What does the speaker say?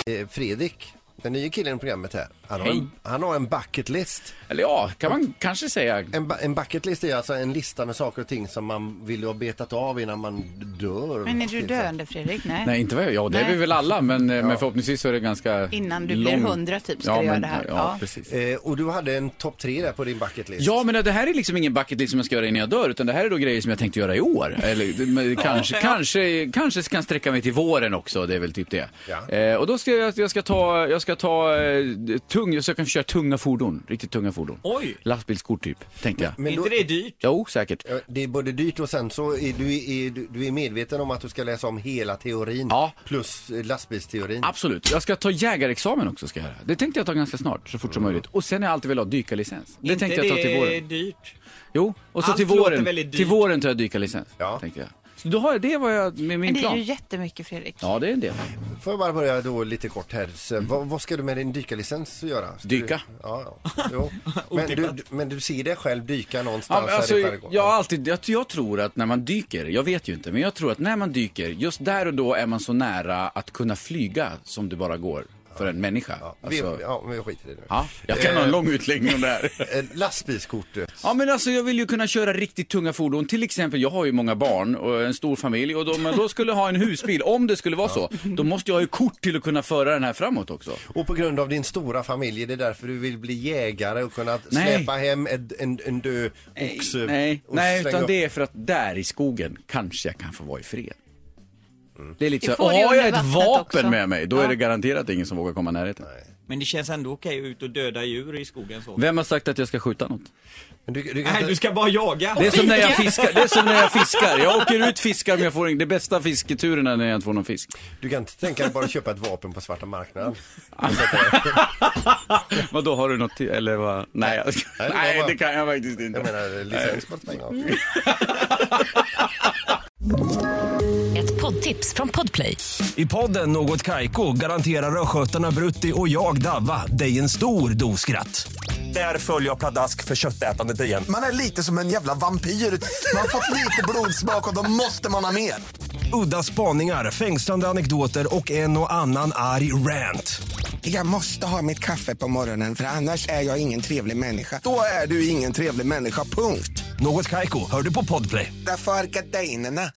Fredrik, den nya killen i programmet här. Han har en bucket list. Eller ja, kan man kanske säga. En bucket list är alltså en lista med saker och ting som man vill ha betat av innan man dör. Men är du döende, Fredrik? Nej, inte vad jag. Ja, det är vi väl alla, men förhoppningsvis så är det ganska innan du blir 100 typ ska du göra det här. Ja, precis. Och du hade en topp 3 där på din bucket list. Ja, men det här är liksom ingen bucket list som jag ska göra innan jag dör, utan det här är då grejer som jag tänkte göra i år. Eller kanske kan sträcka mig till våren också, det är väl typ det. Ja. Och då ska jag ska kan köra tunga fordon, riktigt tunga fordon. Oj! Lastbilskort typ, tänkte jag. Men inte det är dyrt? Jo, säkert. Det är både dyrt och sen så är du är medveten om att du ska läsa om hela teorin plus lastbilsteorin. Absolut. Jag ska ta jägarexamen också, ska jag göra. Det tänkte jag ta ganska snart, så fort som möjligt. Och sen har jag alltid velat ha dykarlicens. Det tänkte jag ta till våren. Inte det är dyrt? Jo, och så till våren tar jag dykarlicens, tänkte jag. Så då har det var jag med min plan. Men det är ju jättemycket, Fredrik. Ja, det är en del. Får jag bara börja då lite kort här. Vad ska du med din dykarlicens att göra? Dyka? Ja. Jo. Men du ser dig själv dyka någonstans här i skärgården? Jag tror att när man dyker, jag vet ju inte, men jag tror att när man dyker, just där och då är man så nära att kunna flyga som det bara går. För en människa. Vi skiter i det. Ja, jag kan ha en lång utläggning om det här. Lastbilskortet. Ja, men alltså jag vill ju kunna köra riktigt tunga fordon. Till exempel, jag har ju många barn och en stor familj. Och då skulle jag ha en husbil, om det skulle vara så. Då måste jag ha ju kort till att kunna föra den här framåt också. Och på grund av din stora familj, är det därför du vill bli jägare och kunna släpa hem en död oxe? Nej, utan det är för att där i skogen kanske jag kan få vara i fred. Det är lite så, har jag ett vapen också med mig, då är det garanterat ingen som vågar komma närheten. Nej. Men det känns ändå okej ut och döda djur i skogen så. Vem har sagt att jag ska skjuta något? Men du ska bara jaga. Det är som när jag fiskar. Jag åker ut fiskar, men jag får det bästa fisketurerna när jag inte får någon fisk. Du kan inte tänka dig bara köpa ett vapen på svarta marknaden. Vad då har du något till, eller vad? Nej, det kan jag faktiskt inte. Jag menar, licens kostar pengar. Ett poddtips från Podplay. I podden Något Kaiko garanterar röskötarna Brutti och jag Davva dig en stor doskratt. Där följer jag pladask för köttätandet igen. Man är lite som en jävla vampyr. Man har fått lite blodsmak och då måste man ha mer. Udda spaningar, fängslande anekdoter och en och annan arg rant. Jag måste ha mitt kaffe på morgonen för annars är jag ingen trevlig människa. Då är du ingen trevlig människa, punkt. Något Kaiko, hör du på Podplay. Därför är gardinerna.